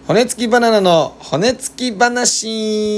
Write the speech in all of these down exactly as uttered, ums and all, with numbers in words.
骨付きバナナの骨付き話。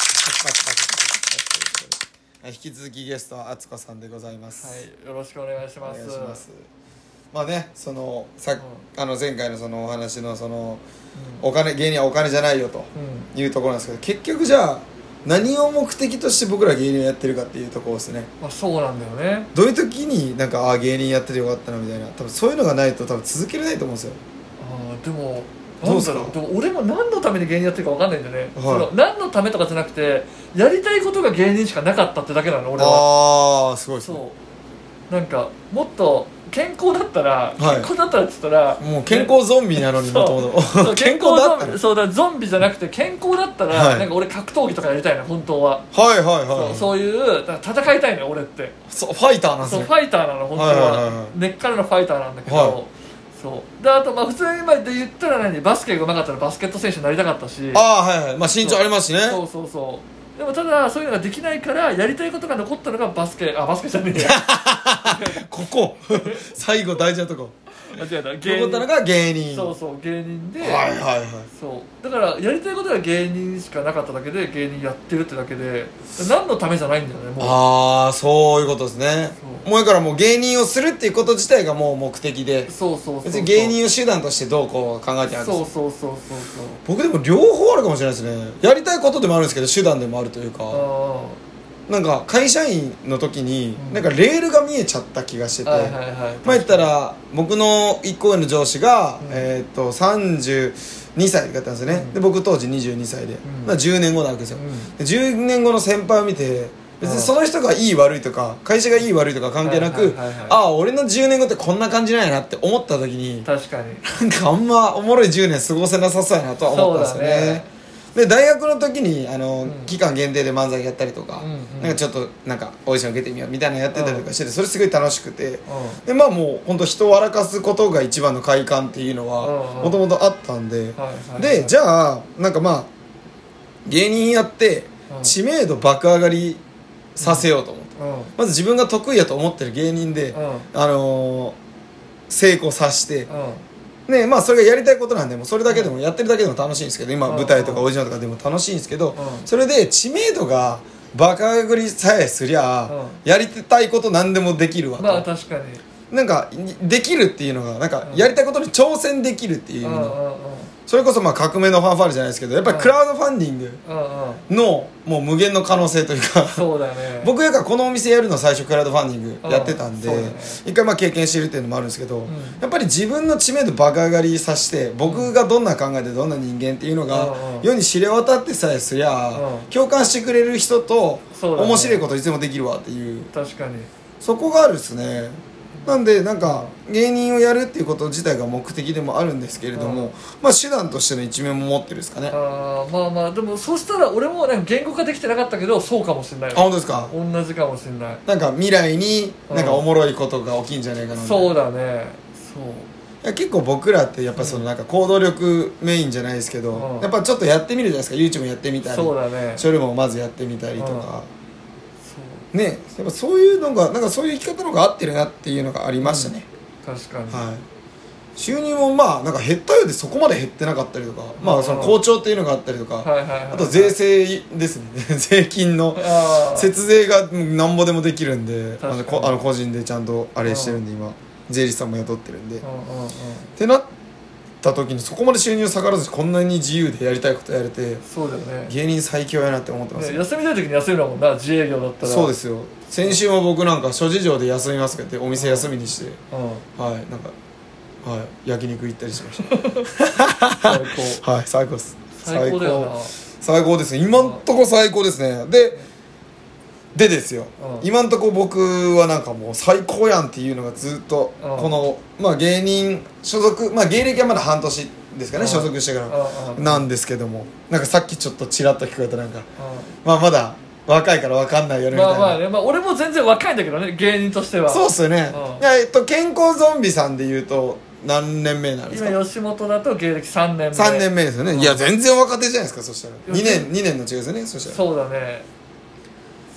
引き続きゲストはあつこさんでございます。 はい、よろしくお願いします。 お願いします。まあね、そのさ、うん、あの前回のそのお話のその、うん、お金芸人はお金じゃないよというところなんですけど、結局じゃあ何を目的として僕ら芸人をやってるかっていうところですね。 まあ、そうなんだよね。 どういう時になんかあ芸人やっててよかったなみたいな、多分そういうのがないと多分続けれないと思うんですよ。 あでもどうですか。でも俺も何のために芸人やってるか分かんないんだよね、はい、その何のためとかじゃなくてやりたいことが芸人しかなかったってだけなの俺は。 ああすごいですね。 そうなんかもっと健康だったら、はい、健康だったらって言ったらもう健康ゾンビなのにもともと健康だったらそうだゾンビじゃなくて健康だったら、はい、なんか俺格闘技とかやりたいの本当は。 はいはいはい、 そう、そういう戦いたいのよ俺って。 そうファイターなんですね。 そうファイターなの本当は、はいはいはい、根っからのファイターなんだけど、はい、そうであとまあ普通に今で言ったら何バスケが上手かったらバスケット選手になりたかったし。 ああはいはい、まあ身長ありますしね。 そうそうそうでもただそういうのができないからやりたいことが残ったのがバスケあバスケじゃねえやここ最後大事なとこ間違えた芸人残ったのが芸人。 そうそう芸人で、 はいはいはい、 そうだからやりたいことが芸人しかなかっただけで芸人やってるってだけで何のためじゃないんだよねもう。 ああそういうことですね。もうだからもう芸人をするっていうこと自体がもう目的で、 そうそうそうそう別に芸人を手段としてどうこう考えてあるんです。 そうそうそうそうそう僕でも両方あるかもしれないですね。やりたいことでもあるんですけど手段でもあるというか、あなんか会社員の時になんかレールが見えちゃった気がしてて、うんはいはいはい、まあ言ったら僕のいっこ上の上司が、うん、えー、っとさんじゅうにさいだったんですよね、うん、で僕当時にじゅうにさいで、うん、まあ、じゅうねんごなわけですよ、うん、でじゅうねんごの先輩を見て別にその人がいい悪いとか会社がいい悪いとか関係なく、ああ俺のじゅうねんごってこんな感じなんやなって思った時に確かになんかあんまおもろいじゅうねん過ごせなさそうやなとは思ったんですよね。で大学の時にあの、うん、期間限定で漫才やったりとか、うんうん、なんかちょっとなんかオーディション受けてみようみたいなのやってたりとかしてて、それすごい楽しくて、うん、でまあもう本当人を笑かすことが一番の快感っていうのはもともとあったんで、でじゃあなんかまあ芸人やって知名度爆上がりさせようと思って、うん、まず自分が得意やと思ってる芸人で、うん、あのー、成功させて、うんねまあ、それがやりたいことなんでもそれだけでもやってるだけでも楽しいんですけど今舞台とかオーディションとかでも楽しいんですけどそれで知名度がバカ上がりさえすりゃやりたいこと何でもできるわと。 まあ確かになんかできるっていうのがなんかやりたいことに挑戦できるっていうのそれこそまあ革命のファンファーレじゃないですけどやっぱりクラウドファンディングのもう無限の可能性というかそうだね僕やからこのお店やるの最初クラウドファンディングやってたんで、ね、一回まあ経験してるっていうのもあるんですけど、うん、やっぱり自分の知名度バカ上がりさせて僕がどんな考えでどんな人間っていうのが世に知れ渡ってさえすりゃ共感してくれる人と面白いこといつでもできるわっていう確かにそこがあるっすね。なんでなんか芸人をやるっていうこと自体が目的でもあるんですけれども、まあ手段としての一面も持ってるんですかね。 あまあまあでもそしたら俺もなんか言語化できてなかったけどそうかもしれない。 あ本当ですか。 同じかもしれない。 なんか未来になんかおもろいことが起きんじゃないかなみたいな。 そうだねそういや結構僕らってやっぱそのなんか行動力メインじゃないですけど、うん、やっぱちょっとやってみるじゃないですか。 YouTube もやってみたりそうだねそれもまずやってみたりとか、うん、ねやっぱそういうのがなんかそういう生き方の方が合ってるなっていうのがありましたね、 うん、確かに、 はい、収入もまあなんか減ったようでそこまで減ってなかったりとか、まあその好調っていうのがあったりとか、あと税制ですね税金の節税がなんぼでもできるんであのこあの個人でちゃんとあれしてるんで今税理士さんも雇ってるんでってなった時にそこまで収入下がらずこんなに自由でやりたいことやれてそうだよね芸人最強やなって思ってます、 ね、休みたい時に休みだもんな自営業だったら。 そうですよ。先週も僕なんか諸事情で休みますってお店休みにして、うん、はいなんかはい、焼肉行ったりしました最高はい最高です最高だよな最高ですね今んとこ最高ですね。ででですよ、うん、今んとこ僕はなんかもう最高やんっていうのがずっとこの、うん、まあ芸人所属まあ芸歴はまだ半年ですかね、うん、所属してからなんですけどもなんかさっきちょっとちらっと聞こえたなんか、うん、まあまだ若いから分かんないよねみたいな。 まあまあね、まあ、俺も全然若いんだけどね芸人としては。 そうっすよね、うん、いやえっと健康ゾンビさんでいうと何年目なんですか。 今吉本だと芸歴さんねんめさんねんめですよね、うん、いや全然若手じゃないですか。そしたらにねんにねんの違いですよね。そしたらそうだね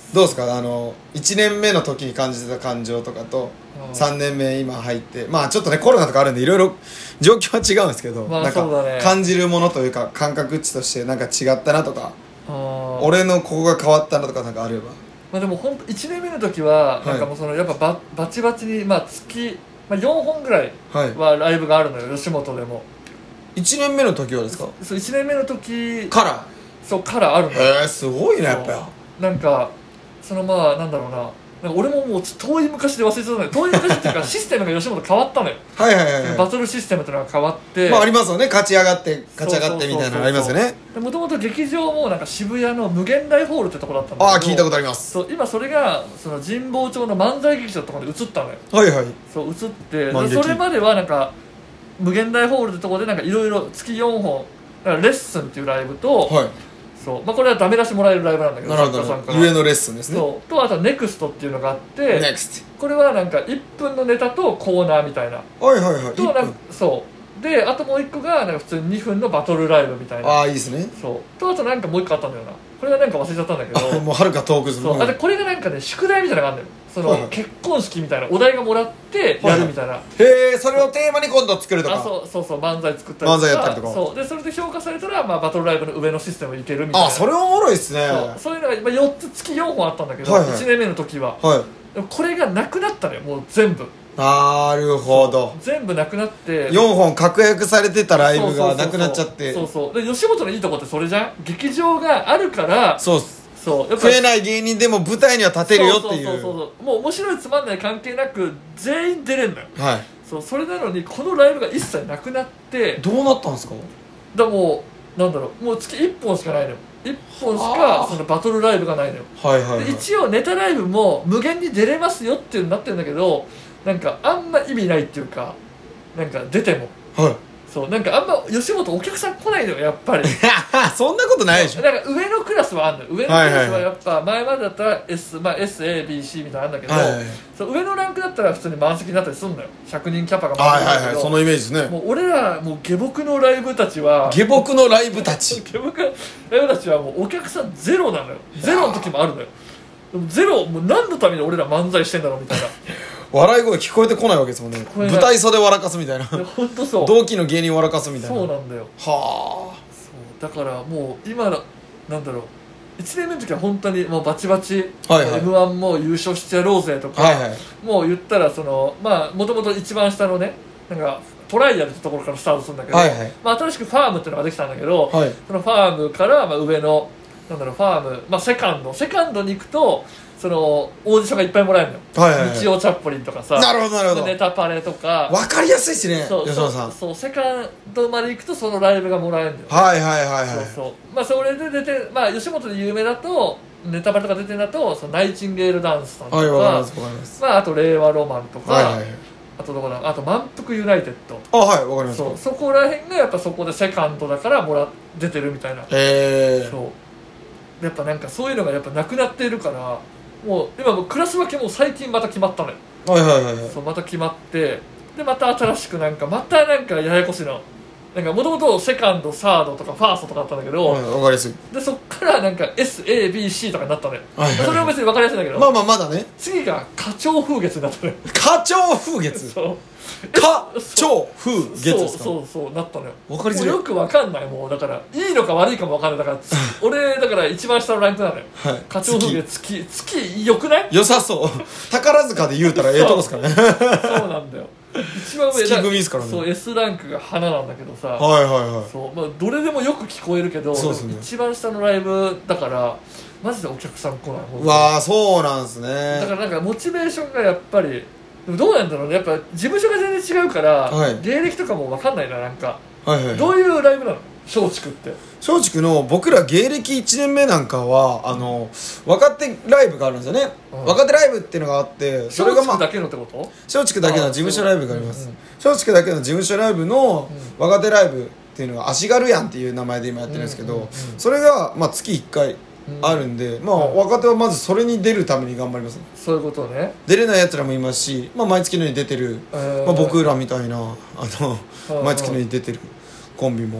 どうですか、あのいちねんめの時に感じてた感情とかとさんねんめ今入って、まあちょっとねコロナとかあるんでいろいろ状況は違うんですけど、 まあなんかそうだね感じるものというか感覚値としてなんか違ったなとか、 あ俺のここが変わったなとかなんかあれば。 まあでも本当いちねんめの時はなんかもうそのやっぱババチバチにまあ月、まあ、よんほんぐらいはいはライブがあるのよ吉本でも。 いちねんめの時はですかそういちねんめの時からそうからあるのよ。 へえすごいねやっぱそうなんかそのまあなんだろうな、なんか俺ももう遠い昔で忘れてたのよ。遠い昔っていうかシステムが吉本変わったのよ。 はいはいはい、はい、 バトルシステムっていうのが変わって、 まあありますよね、勝ち上がって勝ち上がってみたいなのありますよね。 もともと劇場もなんか渋谷の無限大ホールってとこだったんだけど、 ああ聞いたことあります。 そう今それがその神保町の漫才劇場とかで移ったのよ。 はいはいそう移って漫劇それまではなんか無限大ホールってとこでなんかいろいろ月よんほんだからレッスンっていうライブと、 はいそうまあ、これはダメ出しもらえるライブなんだけどなるほど作家さんから上のレッスンですね。 そうとあとはネクストっていうのがあってネクスこれはなんかいっぷんのネタとコーナーみたいなトはいはいはいとなんかそうであともういっこがなんか普通ににふんのバトルライブみたいなああいいですね。 そうとあとなんかもういっこあったんだよな。これはなんか忘れちゃったんだけどあもうはるか遠くずそうあでこれがなんかね宿題みたいなのがあるんだよ。その、 はいはい結婚式みたいなお題がもらってやるみたいな、 へえそれをテーマに今度作るとか。 あそうそうそう漫才作ったりとか漫才やったりとかそうでそれで評価されたら、まあ、バトルライブの上のシステムいけるみたいな。 あそれはおもろいっすね。 そうそういうのが、まあ、よっつ月よんほんあったんだけど、 はいはいいちねんめの時ははいでもこれがなくなったのよもう全部なるほど。 全部なくなってよんほん確約されてたライブそうそうそうそうがなくなっちゃって。 そうそうで吉本のいいとこってそれじゃん。劇場があるからそうっす。 そうやっぱ食えない芸人でも舞台には立てるよっていう。 そうそうそうそうもう面白いつまんない関係なく全員出れんのよ。 はいそうそれなのにこのライブが一切なくなってどうなったんですか。 だもうなんだろうもう月いっぽんしかないのよ。いっぽんしあーかそのバトルライブがないのよ。 はいはい、はい、 で一応ネタライブも無限に出れますよっていうのになってるんだけどなんかあんま意味ないっていうかなんか出てもはいそうなんかあんま吉本お客さん来ないのよやっぱりそんなことないでしょ。 だから上のクラスはあるのよ。上のクラスはやっぱ前までだったら S、まあ、エスエービーシー みたいなのあるんだけど、 はいはいはいそう上のランクだったら普通に満席になったりするのよ。ひゃくにんキャパがはいはい満席なんだけど、 はいそのイメージですね。 もう俺らもう下僕のライブたちは下僕のライブたち下僕のライブたちはもうお客さんゼロなのよ。ゼロの時もあるのよ。でもゼロもう何のために俺ら漫才してんだろうみたいな笑い声聞こえてこないわけですもんね。 こえない舞台袖笑かすみたいな本当そう同期の芸人笑かすみたいな。 そうなんだよ。 はそうだからもう今のなんだろういちねんめの時は本当にもうバチバチ、 はいはいエムワン も優勝してやろうぜとか、 はいはいもう言ったらそのまあもともと一番下のねなんかトライアルってところからスタートするんだけど、 はいはいまあ、新しくファームっていうのができたんだけど、 はいそのファームからまあ上のなんだろうファーム、まあ、セカンドセカンドに行くとそのオーディションがいっぱいもらえるのよ、 はいはいはい日曜チャップリンとかさなるほどなるほどネタパレとか分かりやすいっすねそう吉野さん。 そうそうセカンドまで行くとそのライブがもらえるんだよ、 はいはいはいはいそうそうまあそれで出てまあ吉本で有名だとネタバレとか出てるんだとそのナイチンゲールダンスさんとか、 はいわかりますわかります。 まあ、あと令和ロマンとか、 はいはいはいあとどこだあと満腹ユナイテッドあはいわかります。 そうそこら辺がやっぱそこでセカンドだからもら出てるみたいなへえそうやっぱなんかそういうのがやっぱなくなっているからもう今もうクラス分けも最近また決まったのよ。 はいはいはいはいそうまた決まってでまた新しくなんかまたなんかややこしいのなんかもともとセカンドサードとかファーストとかあったんだけど、 はいわかりやすい。 でそっからなんか エスエービーシー とかになったのよ、 はいはいはいそれは別に分かりやすいんだけど、 まあまあまだね。 次が花鳥風月になったのよ花鳥風月そう花鳥風月ですか。 そうそうそうなったのよ。 わかりづらいもうよくわかんないもうだからいいのか悪いかもわかんないだからつ俺だから一番下のランクなのよ。 はい花鳥風月月月よくない？ 良さそう宝塚で言うたらええとこですからねそうなんだよ。一番上月組ですからね。 そう S ランクが花なんだけどさ、 はいはいはいそうまあどれでもよく聞こえるけど、 そうですねでも一番下のライブだからマジでお客さん来ない。本当にうわあそうなんすだね。 からなんかモチベーションがやっぱりでもどうなんだろうねやっぱ事務所が全然違うから、 はい芸歴とかも分かんないななんか、 はいはいどういうライブなの松竹って。 松竹の僕ら芸歴いちねんめなんかはあの若手ライブがあるんですよね、 うん若手ライブっていうのがあってそれがまあ松竹だけのってこと？ 松竹だけの事務所ライブがあります、 うんうん松竹だけの事務所ライブの若手ライブっていうのが足軽やんっていう名前で今やってるんですけど、 うんうんうんそれがまあ月いっかいあるんで、まあ若手はまずそれに出るために頑張ります。 そういうことね。 出れないやつらもいますし、まあ、毎月のように出てる、 えーまあ、僕らみたいなあのうん毎月のように出てるコンビも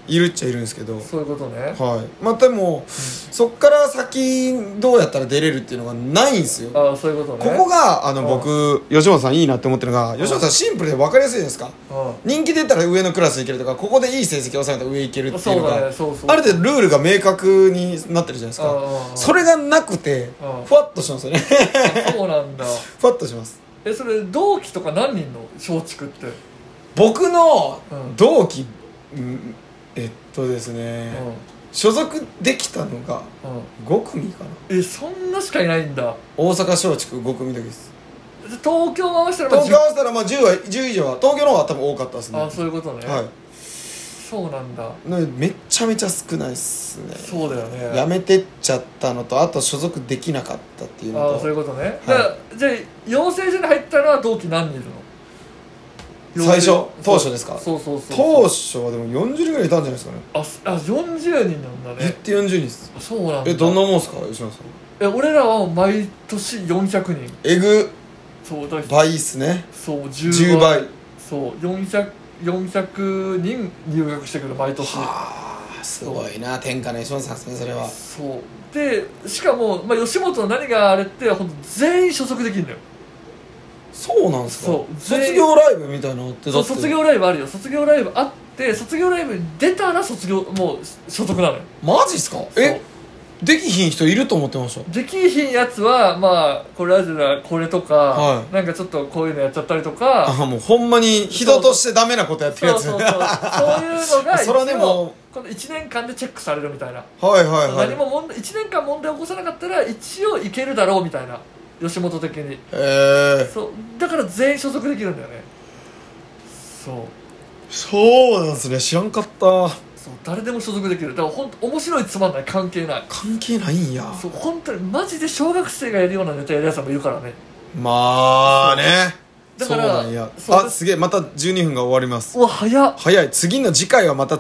いるっちゃいるんですけど、 そういうことね。 はいまあでも、うん、そっから先どうやったら出れるっていうのがないんですよ。 ああそういうことね。 ここがあの僕吉本さんいいなって思ってるのが、吉本さんシンプルで分かりやすいじゃないですか。人気で言ったら上のクラス行けるとか、ここでいい成績を収めたら上行けるっていうのが、ね、そうそうある程度ルールが明確になってるじゃないですか。それがなくてふわっとしますよね。 そうなんだ。 ふわっとします。 えそれ同期とか何人の松竹って？ 僕の同期、うん、えっとですね、うん、所属できたのがご組かな。 えそんなしかいないんだ。 大阪松竹ご組だけです。 東京合わせたら東京合わせたらまあ 10, はじゅう以上は東京の方が多分多かったですね。 あそういうことね。 はいそうなんだ。 めっちゃめちゃ少ないっすね。 そうだよね。 辞めてっちゃったのと、あと所属できなかったっていうのと。 あそういうことね、はい、だからじゃあ養成所に入ったのは同期何人いるの？ 最初当初ですか？ そうそうそう当初はでもよんじゅうにんぐらいいたんじゃないですかね。 ああよんじゅうにんなんだね。 言ってよんじゅうにんです。 そうなんだ。 えどんなもんすか吉野さん？ え俺らは毎年よんひゃくにん。 えぐそうだ倍っすね。 そうじゅうばい。 そうよんひゃくよんひゃくにん入学してくる毎年。 はあすごいな天下の吉本さんですねそれは。 そうでしかも、まあ、吉本の何があれって本当全員所属できるんだよ。 そうなんですか。 そう卒業ライブみたいなのってそう卒業ライブあるよ。卒業ライブあって卒業ライブに出たら卒業もう所属なのよ。 マジっすか？えできひん人いると思ってました。 できひんやつはまあこれラジオはこれとか、はい、なんかちょっとこういうのやっちゃったりとか。 あもうほんまに人としてダメなことやってるやつ。 そうそうそうそういうのがそれはでもこのいちねんかんでチェックされるみたいな。 はいはいはい。 何も問題いちねんかん問題を起こさなかったら一応いけるだろうみたいな吉本的に。へえ。 そうだから全員所属できるんだよね。そうそうなんですね。知らんかった。 そう誰でも所属できる。だから本当面白いつまんない関係ない。 関係ないんや。 そう本当にマジで小学生がやるようなネタやるやつもいるからね。 まあね。 だからそうなんや。あすげえまたじゅうにふんが終わります。 うわ早っ。 早い。次の次回はまた